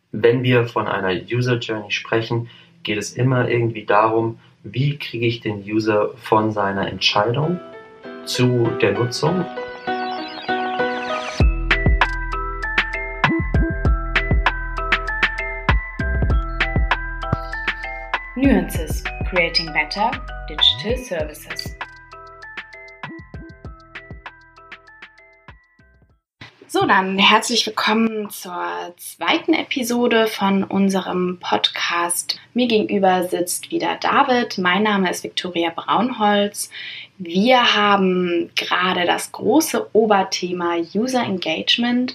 Wenn wir von einer User Journey sprechen, geht es immer irgendwie darum, wie kriege ich den User von seiner Entscheidung zu der Nutzung. Nuances: Creating Better Digital Services. So, dann herzlich willkommen zur zweiten Episode von unserem Podcast. Mir gegenüber sitzt wieder David. Mein Name ist Viktoria Braunholz. Wir haben gerade das große Oberthema User Engagement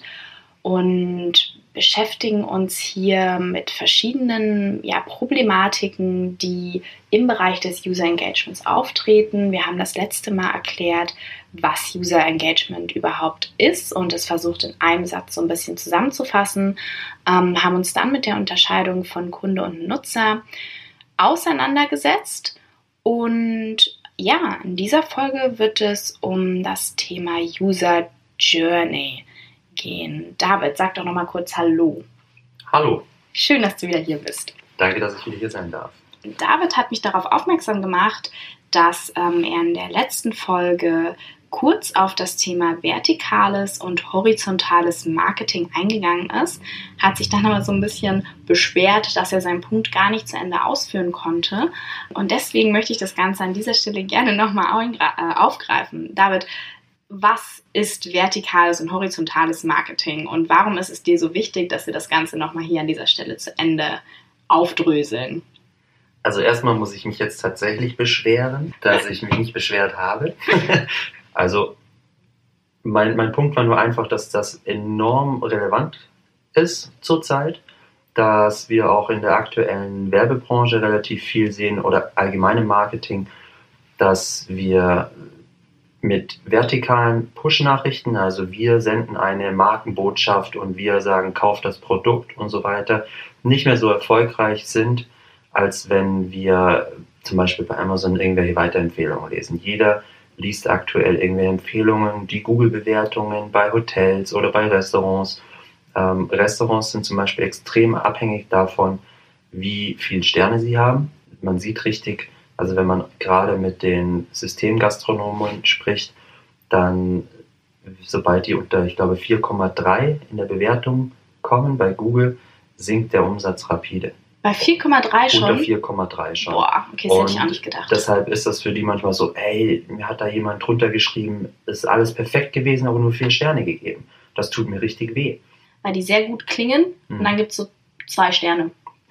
und beschäftigen uns hier mit verschiedenen Problematiken, die im Bereich des User Engagements auftreten. Wir haben das letzte Mal erklärt, was User Engagement überhaupt ist und es versucht in einem Satz so ein bisschen zusammenzufassen, haben uns dann mit der Unterscheidung von Kunde und Nutzer auseinandergesetzt und ja, in dieser Folge wird es um das Thema User Journey gehen. David, sag doch noch mal kurz Hallo. Hallo. Schön, dass du wieder hier bist. Danke, dass ich wieder hier sein darf. David hat mich darauf aufmerksam gemacht, dass er in der letzten Folge kurz auf das Thema vertikales und horizontales Marketing eingegangen ist, hat sich dann aber so ein bisschen beschwert, dass er seinen Punkt gar nicht zu Ende ausführen konnte. Und deswegen möchte ich das Ganze an dieser Stelle gerne nochmal aufgreifen. David, was ist vertikales und horizontales Marketing und warum ist es dir so wichtig, dass wir das Ganze nochmal hier an dieser Stelle zu Ende aufdröseln? Also erstmal muss ich mich jetzt tatsächlich beschweren, dass ich mich nicht beschwert habe. Also mein Punkt war nur einfach, dass das enorm relevant ist zurzeit, dass wir auch in der aktuellen Werbebranche relativ viel sehen oder allgemein im Marketing, dass wir mit vertikalen Push-Nachrichten, also wir senden eine Markenbotschaft und wir sagen, kauft das Produkt und so weiter, nicht mehr so erfolgreich sind, als wenn wir zum Beispiel bei Amazon irgendwelche Weiterempfehlungen lesen. Jeder liest aktuell irgendwelche Empfehlungen, die Google-Bewertungen bei Hotels oder bei Restaurants. Restaurants sind zum Beispiel extrem abhängig davon, wie viele Sterne sie haben. Man sieht richtig, also wenn man gerade mit den Systemgastronomen spricht, dann sobald die unter, ich glaube, 4,3 in der Bewertung kommen bei Google, sinkt der Umsatz rapide. Bei 4,3 schon? Unter 4,3 schon. Boah, okay, das hätte ich auch nicht gedacht. Deshalb ist das für die manchmal so, ey, mir hat da jemand drunter geschrieben, ist alles perfekt gewesen, aber nur 4 Sterne gegeben. Das tut mir richtig weh. Weil die sehr gut klingen und dann gibt es so 2 Sterne.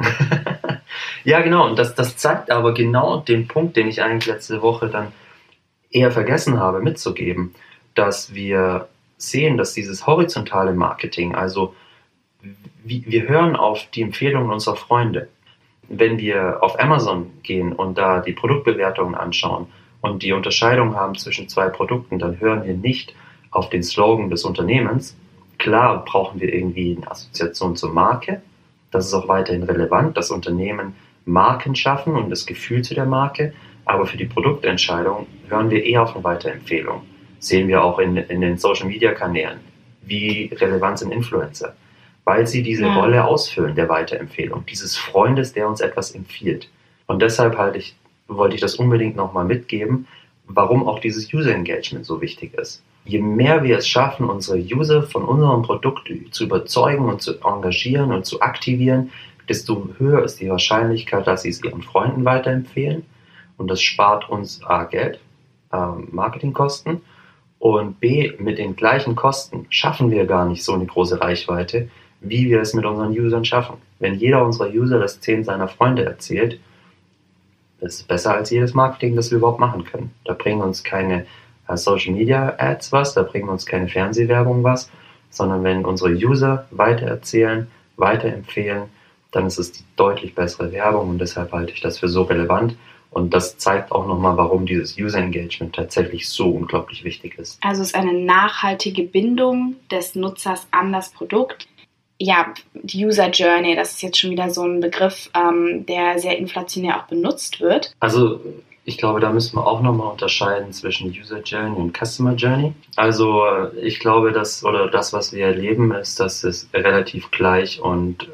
Ja, genau. Und das zeigt aber genau den Punkt, den ich eigentlich letzte Woche dann eher vergessen habe mitzugeben, dass wir sehen, dass dieses horizontale Marketing, also wir hören auf die Empfehlungen unserer Freunde. Wenn wir auf Amazon gehen und da die Produktbewertungen anschauen und die Unterscheidung haben zwischen 2 Produkten, dann hören wir nicht auf den Slogan des Unternehmens. Klar brauchen wir irgendwie eine Assoziation zur Marke. Das ist auch weiterhin relevant, dass Unternehmen Marken schaffen und das Gefühl zu der Marke. Aber für die Produktentscheidung hören wir eher auf eine Weiterempfehlung. Sehen wir auch in den Social-Media-Kanälen. Wie relevant sind Influencer? Weil sie diese Rolle ausfüllen der Weiterempfehlung, dieses Freundes, der uns etwas empfiehlt. Und deshalb wollte ich das unbedingt nochmal mitgeben, warum auch dieses User Engagement so wichtig ist. Je mehr wir es schaffen, unsere User von unserem Produkt zu überzeugen und zu engagieren und zu aktivieren, desto höher ist die Wahrscheinlichkeit, dass sie es ihren Freunden weiterempfehlen. Und das spart uns A, Geld, Marketingkosten, und B, mit den gleichen Kosten schaffen wir gar nicht so eine große Reichweite, wie wir es mit unseren Usern schaffen. Wenn jeder unserer User das 10 seiner Freunde erzählt, das ist besser als jedes Marketing, das wir überhaupt machen können. Da bringen uns keine Social Media Ads was, da bringen uns keine Fernsehwerbung was, sondern wenn unsere User weitererzählen, weiterempfehlen, dann ist es die deutlich bessere Werbung und deshalb halte ich das für so relevant. Und das zeigt auch nochmal, warum dieses User Engagement tatsächlich so unglaublich wichtig ist. Also es ist eine nachhaltige Bindung des Nutzers an das Produkt. Ja, die User Journey, das ist jetzt schon wieder so ein Begriff, der sehr inflationär auch benutzt wird. Also Ich glaube, da müssen wir auch nochmal unterscheiden zwischen User Journey und Customer Journey. Also ich glaube, das, was wir erleben, ist, dass es relativ gleich und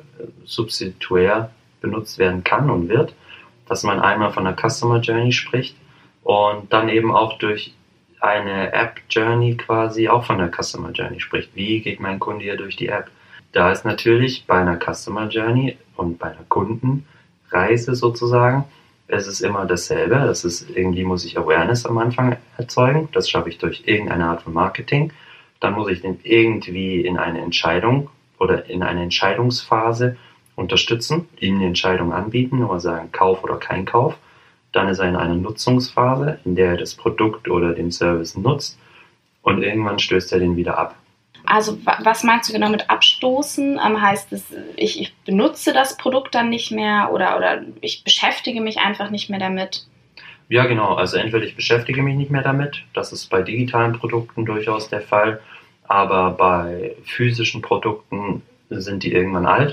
substituär benutzt werden kann und wird. Dass man einmal von der Customer Journey spricht und dann eben auch durch eine App Journey quasi auch von der Customer Journey spricht. Wie geht mein Kunde hier durch die App? Da ist natürlich bei einer Customer Journey und bei einer Kundenreise sozusagen, es ist immer dasselbe. Das ist, irgendwie muss ich Awareness am Anfang erzeugen. Das schaffe ich durch irgendeine Art von Marketing. Dann muss ich den irgendwie in eine Entscheidung oder in eine Entscheidungsphase unterstützen, ihm eine Entscheidung anbieten oder sagen Kauf oder kein Kauf. Dann ist er in einer Nutzungsphase, in der er das Produkt oder den Service nutzt und irgendwann stößt er den wieder ab. Also was meinst du genau mit abstoßen? Heißt es, ich benutze das Produkt dann nicht mehr oder ich beschäftige mich einfach nicht mehr damit? Ja, genau. Also entweder ich beschäftige mich nicht mehr damit, das ist bei digitalen Produkten durchaus der Fall, aber bei physischen Produkten sind die irgendwann alt.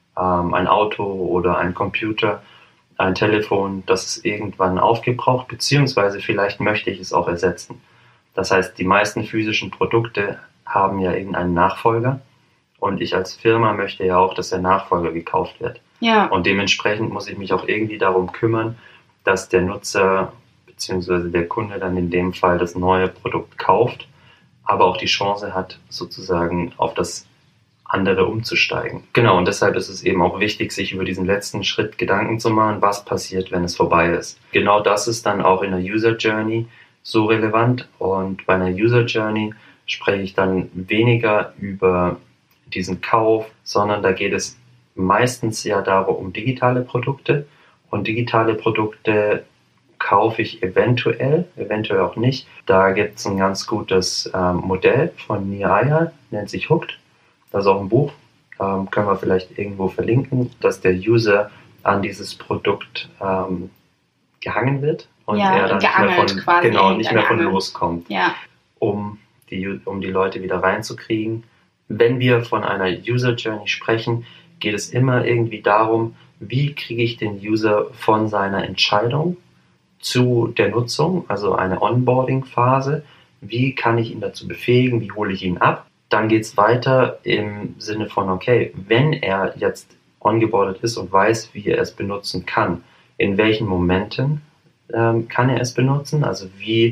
Ein Auto oder ein Computer, ein Telefon, das ist irgendwann aufgebraucht, beziehungsweise vielleicht möchte ich es auch ersetzen. Das heißt, die meisten physischen Produkte haben ja irgendeinen Nachfolger und ich als Firma möchte ja auch, dass der Nachfolger gekauft wird. Ja. Und dementsprechend muss ich mich auch irgendwie darum kümmern, dass der Nutzer bzw. der Kunde dann in dem Fall das neue Produkt kauft, aber auch die Chance hat, sozusagen auf das andere umzusteigen. Genau, und deshalb ist es eben auch wichtig, sich über diesen letzten Schritt Gedanken zu machen, was passiert, wenn es vorbei ist. Genau das ist dann auch in der User Journey so relevant und bei einer User Journey spreche ich dann weniger über diesen Kauf, sondern da geht es meistens ja darum um digitale Produkte und digitale Produkte kaufe ich eventuell auch nicht. Da gibt es ein ganz gutes Modell von Nir Eyal, nennt sich Hooked. Das ist auch ein Buch, können wir vielleicht irgendwo verlinken, dass der User an dieses Produkt gehangen wird und er dann nicht mehr von loskommt, um die Leute wieder reinzukriegen. Wenn wir von einer User Journey sprechen, geht es immer irgendwie darum, wie kriege ich den User von seiner Entscheidung zu der Nutzung, also eine Onboarding-Phase, wie kann ich ihn dazu befähigen, wie hole ich ihn ab. Dann geht es weiter im Sinne von, okay, wenn er jetzt ongeboardet ist und weiß, wie er es benutzen kann, in welchen Momenten kann er es benutzen, also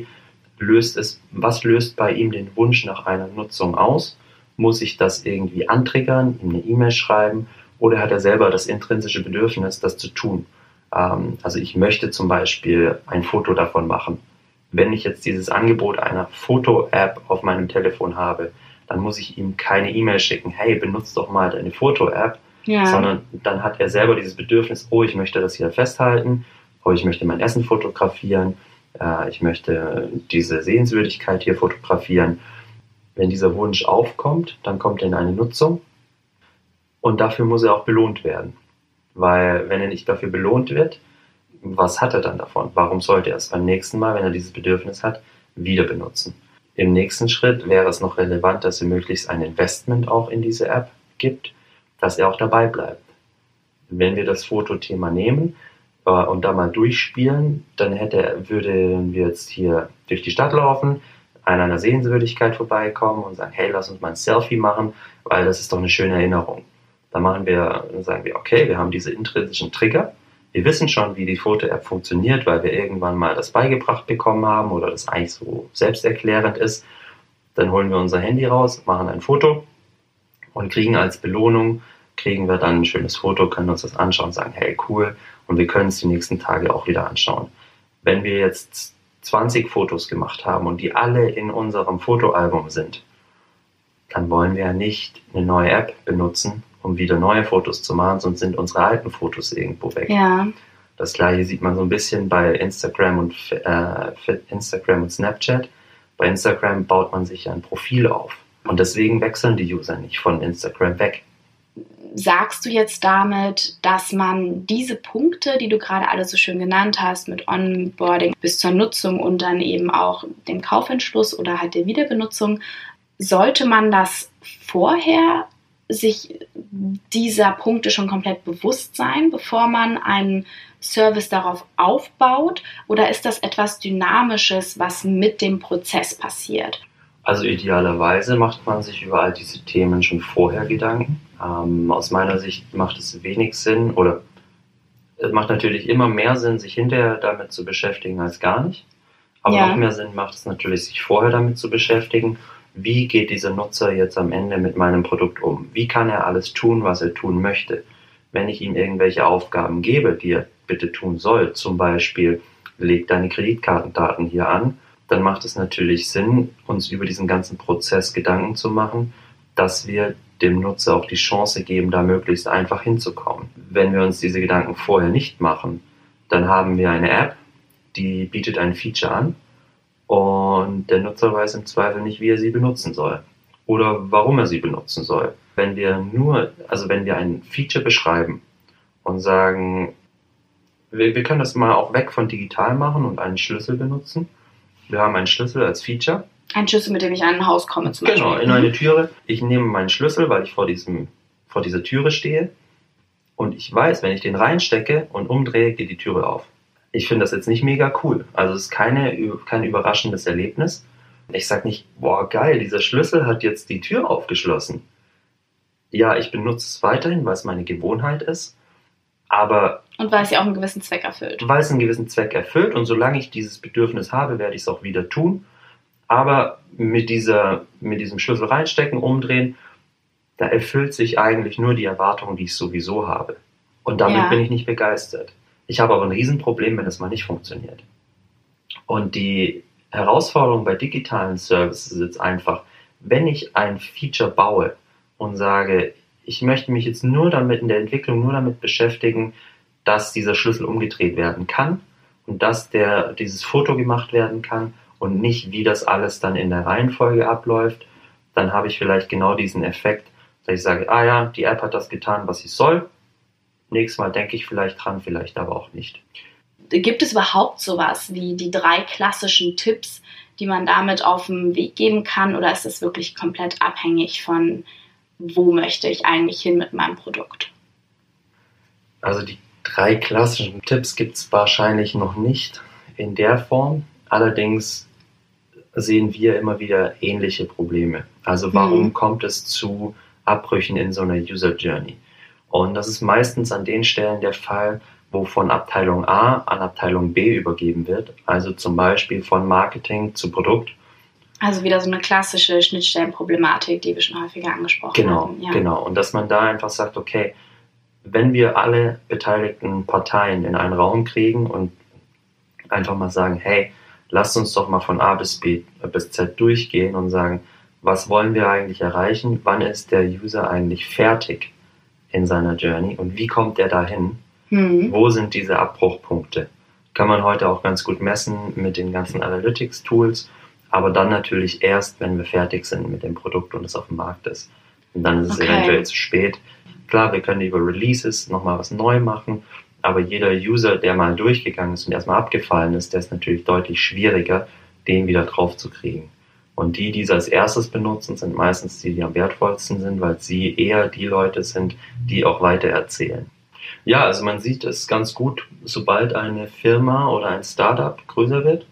was löst bei ihm den Wunsch nach einer Nutzung aus? Muss ich das irgendwie antriggern, ihm eine E-Mail schreiben oder hat er selber das intrinsische Bedürfnis, das zu tun? Also ich möchte zum Beispiel ein Foto davon machen. Wenn ich jetzt dieses Angebot einer Foto-App auf meinem Telefon habe, dann muss ich ihm keine E-Mail schicken, hey, benutzt doch mal deine Foto-App, sondern dann hat er selber dieses Bedürfnis, oh, ich möchte das hier festhalten, oh, ich möchte mein Essen fotografieren, ich möchte diese Sehenswürdigkeit hier fotografieren. Wenn dieser Wunsch aufkommt, dann kommt er in eine Nutzung und dafür muss er auch belohnt werden. Weil wenn er nicht dafür belohnt wird, was hat er dann davon? Warum sollte er es beim nächsten Mal, wenn er dieses Bedürfnis hat, wieder benutzen? Im nächsten Schritt wäre es noch relevant, dass er möglichst ein Investment auch in diese App gibt, dass er auch dabei bleibt. Wenn wir das Fotothema nehmen und da mal durchspielen, dann würden wir jetzt hier durch die Stadt laufen, an einer Sehenswürdigkeit vorbeikommen und sagen, hey, lass uns mal ein Selfie machen, weil das ist doch eine schöne Erinnerung. Dann sagen wir, okay, wir haben diese intrinsischen Trigger. Wir wissen schon, wie die Foto-App funktioniert, weil wir irgendwann mal das beigebracht bekommen haben oder das eigentlich so selbsterklärend ist. Dann holen wir unser Handy raus, machen ein Foto und kriegen als Belohnung, kriegen wir dann ein schönes Foto, können uns das anschauen und sagen, hey, cool, und wir können es die nächsten Tage auch wieder anschauen. Wenn wir jetzt 20 Fotos gemacht haben und die alle in unserem Fotoalbum sind, dann wollen wir ja nicht eine neue App benutzen, um wieder neue Fotos zu machen, sonst sind unsere alten Fotos irgendwo weg. Ja. Das gleiche sieht man so ein bisschen bei Instagram und Snapchat. Bei Instagram baut man sich ja ein Profil auf. Und deswegen wechseln die User nicht von Instagram weg. Sagst du jetzt damit, dass man diese Punkte, die du gerade alle so schön genannt hast, mit Onboarding bis zur Nutzung und dann eben auch dem Kaufentschluss oder halt der Wiederbenutzung, sollte man das vorher sich dieser Punkte schon komplett bewusst sein, bevor man einen Service darauf aufbaut? Oder ist das etwas Dynamisches, was mit dem Prozess passiert? Also idealerweise macht man sich über all diese Themen schon vorher Gedanken. Aus meiner Sicht macht es wenig Sinn, oder es macht natürlich immer mehr Sinn, sich hinterher damit zu beschäftigen als gar nicht. Aber noch mehr Sinn macht es natürlich, sich vorher damit zu beschäftigen. Wie geht dieser Nutzer jetzt am Ende mit meinem Produkt um? Wie kann er alles tun, was er tun möchte? Wenn ich ihm irgendwelche Aufgaben gebe, die er bitte tun soll, zum Beispiel, leg deine Kreditkartendaten hier an, dann macht es natürlich Sinn, uns über diesen ganzen Prozess Gedanken zu machen, dass wir dem Nutzer auch die Chance geben, da möglichst einfach hinzukommen. Wenn wir uns diese Gedanken vorher nicht machen, dann haben wir eine App, die bietet ein Feature an und der Nutzer weiß im Zweifel nicht, wie er sie benutzen soll oder warum er sie benutzen soll. Wenn wir ein Feature beschreiben und sagen, wir können das mal auch weg von digital machen und einen Schlüssel benutzen. Wir haben einen Schlüssel als Feature. Ein Schlüssel, mit dem ich an ein Haus komme zum Beispiel. Genau, in eine Türe. Ich nehme meinen Schlüssel, weil ich vor dieser Türe stehe. Und ich weiß, wenn ich den reinstecke und umdrehe, geht die Türe auf. Ich finde das jetzt nicht mega cool. Also es ist kein überraschendes Erlebnis. Ich sage nicht, boah geil, dieser Schlüssel hat jetzt die Tür aufgeschlossen. Ja, ich benutze es weiterhin, weil es meine Gewohnheit ist. Und weil es ja auch einen gewissen Zweck erfüllt. Weil es einen gewissen Zweck erfüllt und solange ich dieses Bedürfnis habe, werde ich es auch wieder tun. Aber mit diesem Schlüssel reinstecken, umdrehen, da erfüllt sich eigentlich nur die Erwartung, die ich sowieso habe. Und damit bin ich nicht begeistert. Ich habe aber ein Riesenproblem, wenn es mal nicht funktioniert. Und die Herausforderung bei digitalen Services ist jetzt einfach, wenn ich ein Feature baue und sage, ich möchte mich jetzt in der Entwicklung nur damit beschäftigen, dass dieser Schlüssel umgedreht werden kann und dass dieses Foto gemacht werden kann und nicht, wie das alles dann in der Reihenfolge abläuft, dann habe ich vielleicht genau diesen Effekt, dass ich sage, die App hat das getan, was sie soll. Nächstes Mal denke ich vielleicht dran, vielleicht aber auch nicht. Gibt es überhaupt sowas wie die 3 klassischen Tipps, die man damit auf den Weg geben kann? Oder ist es wirklich komplett abhängig von, wo möchte ich eigentlich hin mit meinem Produkt? Also die 3 klassischen Tipps gibt es wahrscheinlich noch nicht in der Form. Allerdings sehen wir immer wieder ähnliche Probleme. Also warum kommt es zu Abbrüchen in so einer User Journey? Und das ist meistens an den Stellen der Fall, wo von Abteilung A an Abteilung B übergeben wird. Also zum Beispiel von Marketing zu Produkt. Also wieder so eine klassische Schnittstellenproblematik, die wir schon häufiger angesprochen haben. Ja. Genau. Und dass man da einfach sagt, okay, wenn wir alle beteiligten Parteien in einen Raum kriegen und einfach mal sagen, hey, lasst uns doch mal von A bis Z durchgehen und sagen, was wollen wir eigentlich erreichen? Wann ist der User eigentlich fertig in seiner Journey und wie kommt er dahin? Wo sind diese Abbruchpunkte? Kann man heute auch ganz gut messen mit den ganzen Analytics-Tools, aber dann natürlich erst, wenn wir fertig sind mit dem Produkt und es auf dem Markt ist. Und dann ist es eventuell zu spät. Klar, wir können über Releases nochmal was neu machen, aber jeder User, der mal durchgegangen ist und erstmal abgefallen ist, der ist natürlich deutlich schwieriger, den wieder drauf zu kriegen. Und die es als erstes benutzen, sind meistens die am wertvollsten sind, weil sie eher die Leute sind, die auch weiter erzählen. Ja, also man sieht es ganz gut, sobald eine Firma oder ein Startup größer wird,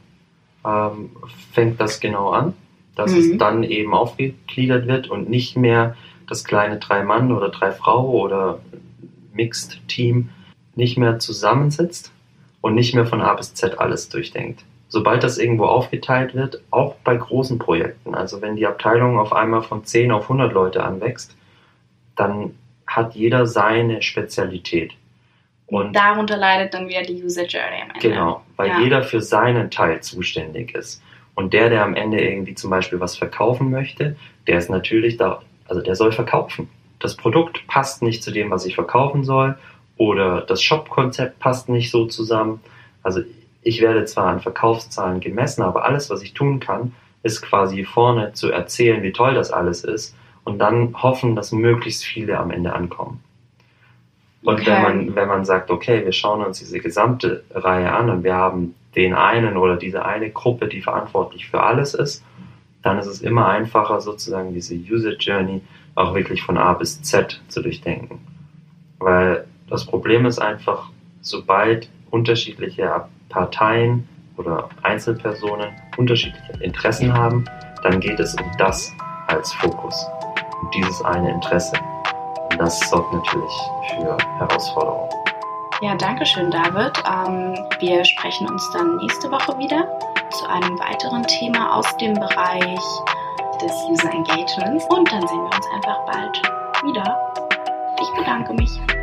fängt das genau an, dass es dann eben aufgegliedert wird und nicht mehr das kleine 3-Mann- oder 3-Frau- oder Mixed-Team nicht mehr zusammensitzt und nicht mehr von A bis Z alles durchdenkt. Sobald das irgendwo aufgeteilt wird, auch bei großen Projekten, also wenn die Abteilung auf einmal von 10 auf 100 Leute anwächst, dann hat jeder seine Spezialität. Und darunter leidet dann wieder die User Journey am Ende. Genau, weil jeder für seinen Teil zuständig ist. Und der am Ende irgendwie zum Beispiel was verkaufen möchte, der ist natürlich da, also der soll verkaufen. Das Produkt passt nicht zu dem, was ich verkaufen soll, oder das Shop-Konzept passt nicht so zusammen. Also ich werde zwar an Verkaufszahlen gemessen, aber alles, was ich tun kann, ist quasi vorne zu erzählen, wie toll das alles ist und dann hoffen, dass möglichst viele am Ende ankommen. Und wenn man sagt, okay, wir schauen uns diese gesamte Reihe an und wir haben den einen oder diese eine Gruppe, die verantwortlich für alles ist, dann ist es immer einfacher, sozusagen diese User Journey auch wirklich von A bis Z zu durchdenken. Weil das Problem ist einfach, sobald unterschiedliche Parteien oder Einzelpersonen unterschiedliche Interessen haben, dann geht es um das als Fokus, um dieses eine Interesse. Und das sorgt natürlich für Herausforderungen. Ja, danke schön, David. Wir sprechen uns dann nächste Woche wieder zu einem weiteren Thema aus dem Bereich des User Engagements und dann sehen wir uns einfach bald wieder. Ich bedanke mich.